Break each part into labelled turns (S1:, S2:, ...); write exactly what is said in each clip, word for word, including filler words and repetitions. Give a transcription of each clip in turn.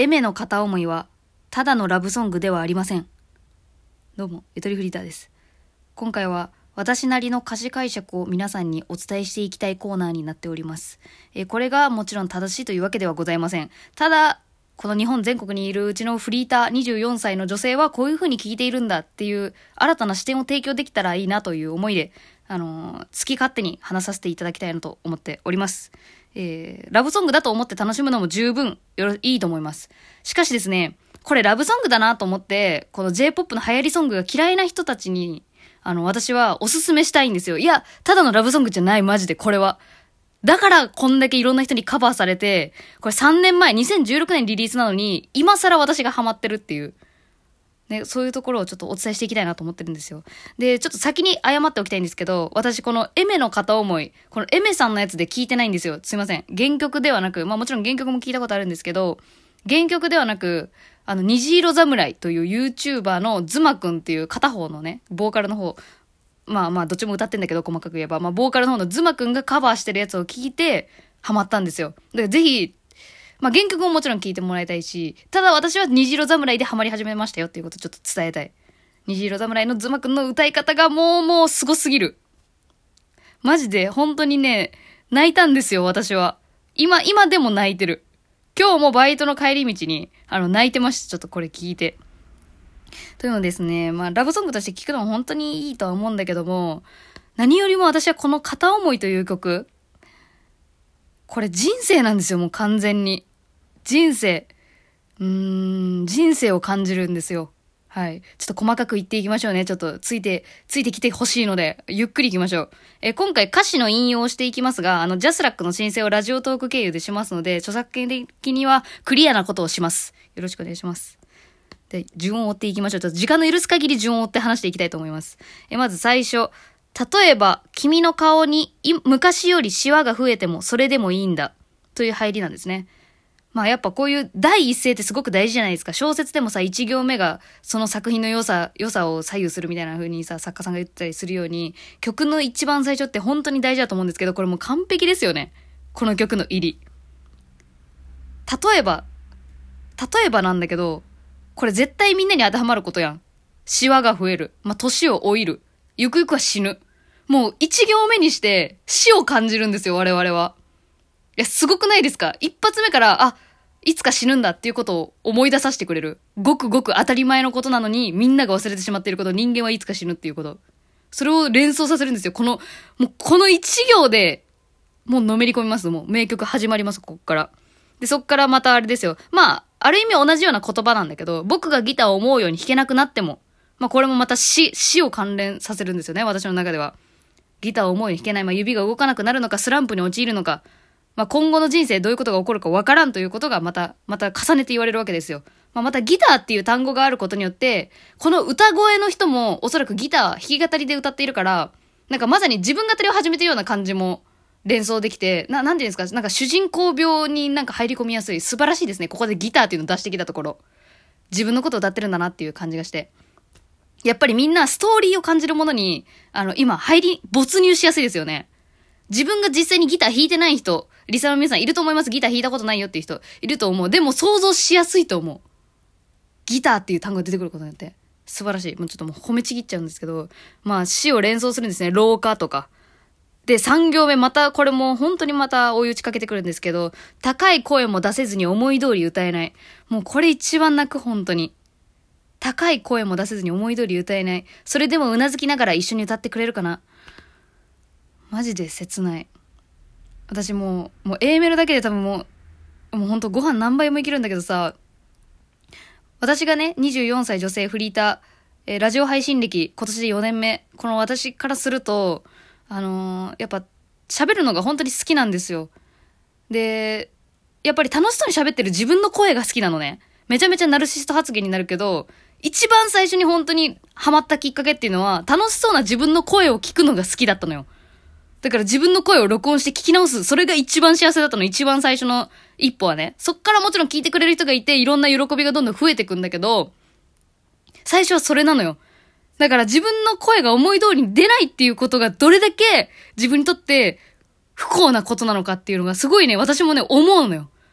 S1: エメの片思いはただのラブソングではありません。どうも、ゆとりフリーターです。今回は私なりの歌詞解釈を皆さんにお伝えしていきたいコーナーになっております。えー、これがもちろん正しいというわけではございません。ただ、この日本全国にいるうちのフリーターにじゅうよんさいの女性はこういう風に聞いているんだっていう新たな視点を提供できたらいいなという思いで、あのー、好き勝手に話させていただきたいなと思っております。えー、ラブソングだと思って楽しむのも十分よろいいと思います。しかしですね、これラブソングだなと思って、この J-ポップ の流行りソングが嫌いな人たちに、あの、私はおすすめしたいんですよ。いや、ただのラブソングじゃない、マジで、これは。だからこんだけいろんな人にカバーされて、これさんねんまえ、にせんじゅうろくねんリリースなのに、今更私がハマってるっていう。ね、そういうところをちょっとお伝えしていきたいなと思ってるんですよ。で、ちょっと先に謝っておきたいんですけど、私このエメの片思い、このエメさんのやつで聞いてないんですよ。すいません。原曲ではなく、まあもちろん原曲も聞いたことあるんですけど、原曲ではなく、あの、虹色侍という YouTuber のズマくんっていう片方のね、ボーカルの方、まあまあどっちも歌ってんだけど細かく言えば、まあボーカルの方のズマくんがカバーしてるやつを聞いてハマったんですよ。で、ぜひ、まあ原曲ももちろん聞いてもらいたいし、ただ私は虹色侍でハマり始めましたよっていうことをちょっと伝えたい。虹色侍のズマくんの歌い方がもうもうすごすぎる。マジで本当にね、泣いたんですよ私は。今、今でも泣いてる。今日もバイトの帰り道に、あの、泣いてました。ちょっとこれ聞いて。というのですね、まあ、ラブソングとして聴くのも本当にいいとは思うんだけども、何よりも私はこの片思いという曲、これ人生なんですよ、もう完全に。人生。うーん、人生を感じるんですよ。はい。ちょっと細かく言っていきましょうね。ちょっとついて、ついてきてほしいので、ゆっくり行きましょう。え、今回歌詞の引用をしていきますが、あの、ジャスラックの申請をラジオトーク経由でしますので、著作権的にはクリアなことをします。よろしくお願いします。で、順を追っていきましょう。ちょっと時間の許す限り順を追って話していきたいと思います。え、まず最初。例えば、君の顔に昔よりシワが増えてもそれでもいいんだ。という入りなんですね。まあやっぱこういう第一声ってすごく大事じゃないですか。小説でもさ、一行目がその作品の良さ、良さを左右するみたいな風にさ、作家さんが言ったりするように、曲の一番最初って本当に大事だと思うんですけど、これもう完璧ですよね。この曲の入り。例えば、例えばなんだけど、これ絶対みんなに当てはまることやん。シワが増える。まあ、年を老いる。ゆくゆくは死ぬ。もう一行目にして死を感じるんですよ、我々は。いや、すごくないですか？一発目から、あ、いつか死ぬんだっていうことを思い出させてくれる。ごくごく当たり前のことなのに、みんなが忘れてしまっていること、人間はいつか死ぬっていうこと。それを連想させるんですよ。この、もうこの一行で、もうのめり込みます。もう名曲始まります、こっから。で、そっからまたあれですよ。まあ、ある意味同じような言葉なんだけど、僕がギターを思うように弾けなくなっても、まあこれもまた死、死を関連させるんですよね、私の中では。ギターを思うように弾けない、まあ指が動かなくなるのか、スランプに陥るのか、まあ今後の人生どういうことが起こるかわからんということがまた、また重ねて言われるわけですよ。まあまたギターっていう単語があることによって、この歌声の人もおそらくギター弾き語りで歌っているから、なんかまさに自分語りを始めてるような感じも、連想できて、な、なんていうんですか、なんか主人公病になんか入り込みやすい。素晴らしいですね。ここでギターっていうのを出してきたところ。自分のことを歌ってるんだなっていう感じがして。やっぱりみんなストーリーを感じるものに、あの、今入り、没入しやすいですよね。自分が実際にギター弾いてない人、リサの皆さんいると思います。ギター弾いたことないよっていう人いると思う。でも想像しやすいと思う。ギターっていう単語が出てくることによって。素晴らしい。もうちょっともう褒めちぎっちゃうんですけど、まあ死を連想するんですね。老化とか。で、三行目、また、これも本当にまた追い打ちかけてくるんですけど、高い声も出せずに思い通り歌えない。もうこれ一番泣く、本当に。高い声も出せずに思い通り歌えない。それでもうなずきながら一緒に歌ってくれるかな。マジで切ない。私もう、もう A メロだけで多分もう、もう本当ご飯何杯もいけるんだけどさ、私がね、にじゅうよんさい女性フリーター、えー、ラジオ配信歴、今年でよねんめ。この私からすると、あのー、やっぱ喋るのが本当に好きなんですよ。で、やっぱり楽しそうに喋ってる自分の声が好きなのね。めちゃめちゃナルシスト発言になるけど、一番最初に本当にハマったきっかけっていうのは、楽しそうな自分の声を聞くのが好きだったのよ。だから自分の声を録音して聞き直す。それが一番幸せだったの。一番最初の一歩はね。そっからもちろん聞いてくれる人がいて、いろんな喜びがどんどん増えてくんだけど、最初はそれなのよ。だから自分の声が思い通りに出ないっていうことがどれだけ自分にとって不幸なことなのかっていうのがすごいね、私もね、思うのよ。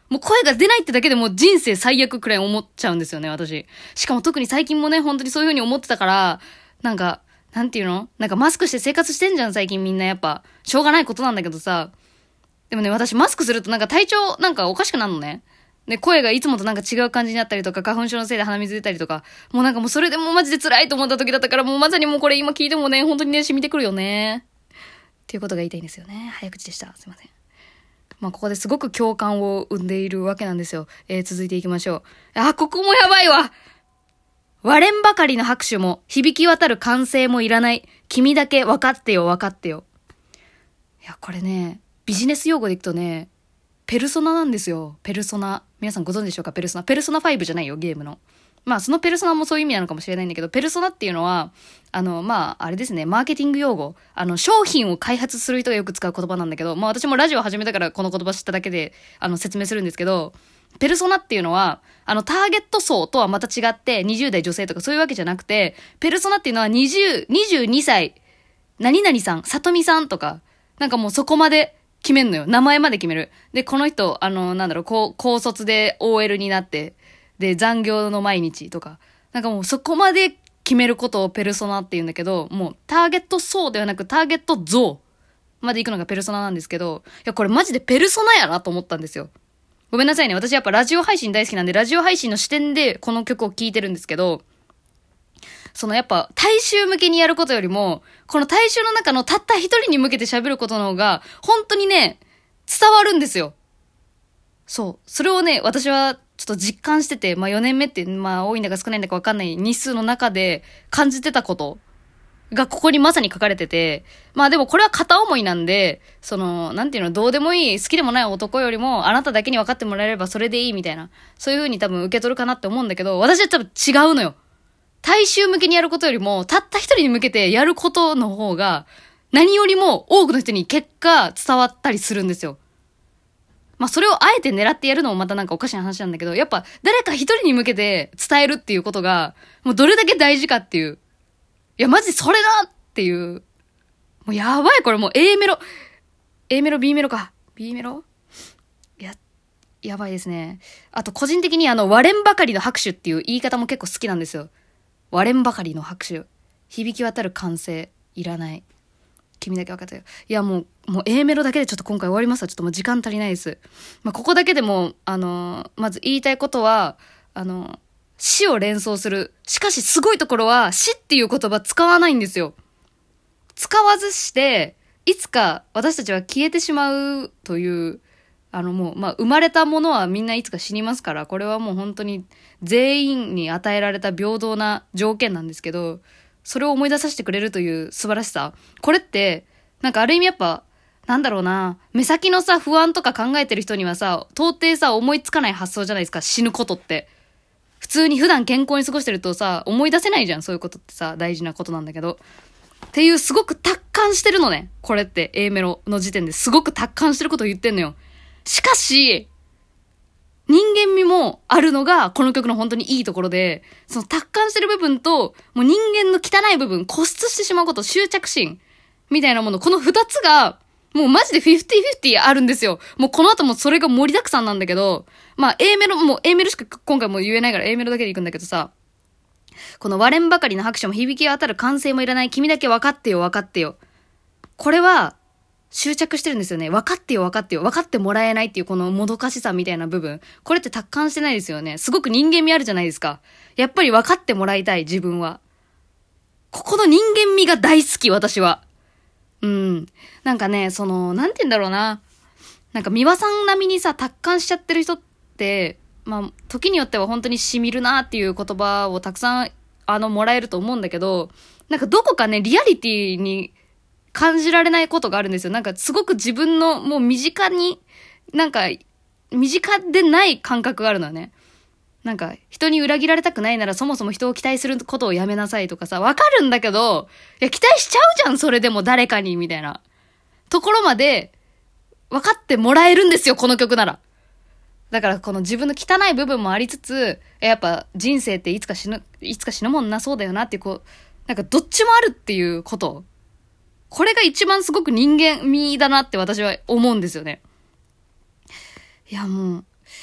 S1: もう声が出ないってだけでもう人生最悪くらい思っちゃうんですよね、私。しかも特に最近もね、本当にそういう風に思ってたから、なんか、なんていうの？なんかマスクして生活してんじゃん、最近みんなやっぱ。しょうがないことなんだけどさ。でもね、私マスクするとなんか体調なんかおかしくなるのね。で、声がいつもとなんか違う感じになったりとか、花粉症のせいで鼻水出たりとか、もうなんかもうそれでもうマジで辛いと思った時だったから、もうまさにもうこれ今聞いてもね、本当にね、染みてくるよね。っていうことが言いたいんですよね。早口でした。すいません。まあ、ここですごく共感を生んでいるわけなんですよ。えー、続いていきましょう。あ、ここもやばいわ！割れんばかりの拍手も、響き渡る歓声もいらない。君だけ分かってよ、分かってよ。いや、これね、ビジネス用語でいくとね、ペルソナなんですよ。ペルソナ。皆さんご存知でしょうか？ペルソナ。ペルソナファイブじゃないよ、ゲームの。まあ、そのペルソナもそういう意味なのかもしれないんだけど、ペルソナっていうのは、あの、まあ、あれですね、マーケティング用語。あの、商品を開発する人がよく使う言葉なんだけど、まあ私もラジオ始めたからこの言葉知っただけで、あの、説明するんですけど、ペルソナっていうのは、あの、ターゲット層とはまた違って、にじゅう代女性とかそういうわけじゃなくて、ペルソナっていうのはにじゅう、にじゅうにさい、何々さん、さとみさんとか、なんかもうそこまで決めんのよ。名前まで決める。で、この人、あの、なんだろう、高、高卒で オーエル になって、で、残業の毎日とか、なんかもうそこまで決めることをペルソナって言うんだけど、もうターゲット層ではなくターゲット像まで行くのがペルソナなんですけど、いや、これマジでペルソナやなと思ったんですよ。ごめんなさいね。私やっぱラジオ配信大好きなんで、ラジオ配信の視点でこの曲を聴いてるんですけど、そのやっぱ大衆向けにやることよりも、この大衆の中のたった一人に向けて喋ることの方が、本当にね、伝わるんですよ。そう。それをね、私はちょっと実感してて、まあよねんめって、まあ多いんだか少ないんだかわかんない日数の中で感じてたことがここにまさに書かれてて、まあでもこれは片思いなんで、その、なんていうの、どうでもいい、好きでもない男よりも、あなただけに分かってもらえればそれでいいみたいな、そういう風に多分受け取るかなって思うんだけど、私は多分違うのよ。大衆向けにやることよりも、たった一人に向けてやることの方が、何よりも多くの人に結果伝わったりするんですよ。まあそれをあえて狙ってやるのもまたなんかおかしな話なんだけど、やっぱ誰か一人に向けて伝えるっていうことが、もうどれだけ大事かっていう。いやマジそれだっていう。もうやばいこれもう A メロ。A メロ B メロか。B メロいや、やばいですね。あと個人的にあの割れんばかりの拍手っていう言い方も結構好きなんですよ。割れんばかりの拍手。響き渡る歓声。いらない。君だけ分かったよ。いやもう、もう A メロだけでちょっと今回終わりますわ。ちょっともう時間足りないです。まあ、ここだけでも、あのー、まず言いたいことは、あのー、死を連想する。しかしすごいところは、死っていう言葉使わないんですよ。使わずして、いつか私たちは消えてしまうという、あのもう、まあ、生まれたものはみんないつか死にますから、これはもう本当に全員に与えられた平等な条件なんですけど、それを思い出させてくれるという素晴らしさ。これって、なんかある意味やっぱ、なんだろうな、目先のさ、不安とか考えてる人にはさ、到底さ、思いつかない発想じゃないですか、死ぬことって。普通に普段健康に過ごしてるとさ、思い出せないじゃん、そういうことってさ、大事なことなんだけど。っていうすごく達観してるのね。これって A メロの時点ですごく達観してることを言ってんのよ。しかし、人間味もあるのがこの曲の本当にいいところで、その達観してる部分と、もう人間の汚い部分、固執してしまうこと、執着心みたいなもの、この二つが、もうマジでフィフティフィフティあるんですよ。もうこの後もそれが盛りだくさんなんだけど、まあ A メロ、もう A メロしか今回も言えないから A メロだけでいくんだけどさ、この割れんばかりの拍手も響き渡る歓声もいらない君だけ分かってよ分かってよ。これは、執着してるんですよね。分かってよ分かってよ。分かってもらえないっていうこのもどかしさみたいな部分。これって達観してないですよね。すごく人間味あるじゃないですか。やっぱり分かってもらいたい自分は。ここの人間味が大好き私は。うん。なんかね、その、なんて言うんだろうな。なんか美輪さん並みにさ、達観しちゃってる人って、まあ、時によっては本当に染みるなっていう言葉をたくさん、あの、もらえると思うんだけど、なんかどこかね、リアリティに、感じられないことがあるんですよ。なんかすごく自分のもう身近に、なんか身近でない感覚があるのよね。なんか人に裏切られたくないならそもそも人を期待することをやめなさいとかさ、わかるんだけど、いや期待しちゃうじゃんそれでも誰かにみたいなところまで分かってもらえるんですよこの曲なら。だからこの自分の汚い部分もありつつ、やっぱ人生っていつか死ぬ、いつか死ぬもんなそうだよなっていうこう、なんかどっちもあるっていうこと。これが一番すごく人間味だなって私は思うんですよね。いやもう、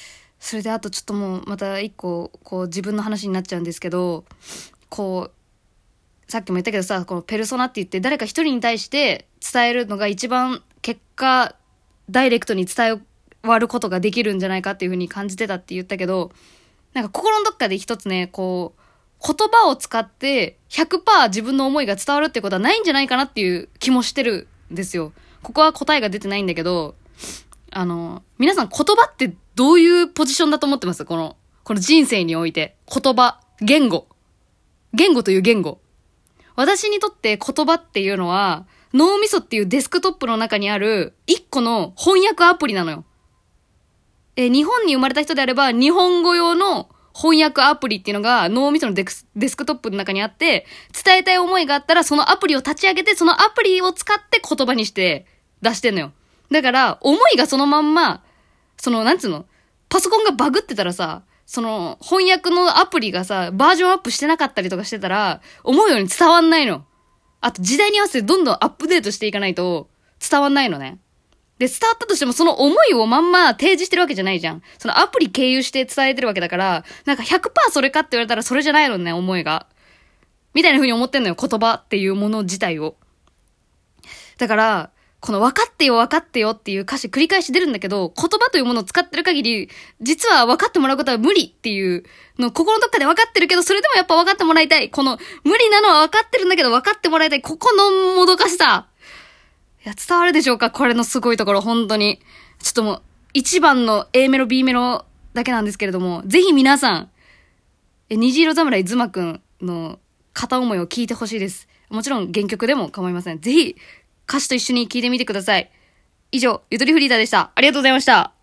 S1: それであとちょっともうまた一個こう自分の話になっちゃうんですけど、こうさっきも言ったけどさ、このペルソナって言って誰か一人に対して伝えるのが一番結果ダイレクトに伝わることができるんじゃないかっていう風に感じてたって言ったけど、なんか心のどっかで一つね、こう言葉を使って ひゃくパーセント 自分の思いが伝わるってことはないんじゃないかなっていう気もしてるんですよ。ここは答えが出てないんだけど、あの皆さん言葉ってどういうポジションだと思ってます？このこの人生において言葉、言語言語という言語、私にとって言葉っていうのは脳みそっていうデスクトップの中にある一個の翻訳アプリなのよ。え、日本に生まれた人であれば日本語用の翻訳アプリっていうのが脳みそのデス、デスクトップの中にあって、伝えたい思いがあったらそのアプリを立ち上げて、そのアプリを使って言葉にして出してんのよ。だから思いがそのまんま、そのなんつうの、パソコンがバグってたらさ、その翻訳のアプリがさバージョンアップしてなかったりとかしてたら思うように伝わんないの。あと時代に合わせてどんどんアップデートしていかないと伝わんないのね。で、伝わったとしてもその思いをまんま提示してるわけじゃないじゃん。そのアプリ経由して伝えてるわけだから、なんか ひゃくパーセント それかって言われたらそれじゃないのね、思いが。みたいな風に思ってんのよ、言葉っていうもの自体を。だから、この分かってよ分かってよっていう歌詞繰り返し出るんだけど、言葉というものを使ってる限り、実は分かってもらうことは無理っていうの、心のどっかで分かってるけど、それでもやっぱ分かってもらいたい。この無理なのは分かってるんだけど分かってもらいたい。ここのもどかしさ。いや、伝わるでしょうか？これのすごいところ、本当に。ちょっともう、一番の A メロ、B メロだけなんですけれども、ぜひ皆さん、え、虹色侍ズマくんの片思いを聞いてほしいです。もちろん原曲でも構いません。ぜひ、歌詞と一緒に聞いてみてください。以上、ゆとりフリーダーでした。ありがとうございました。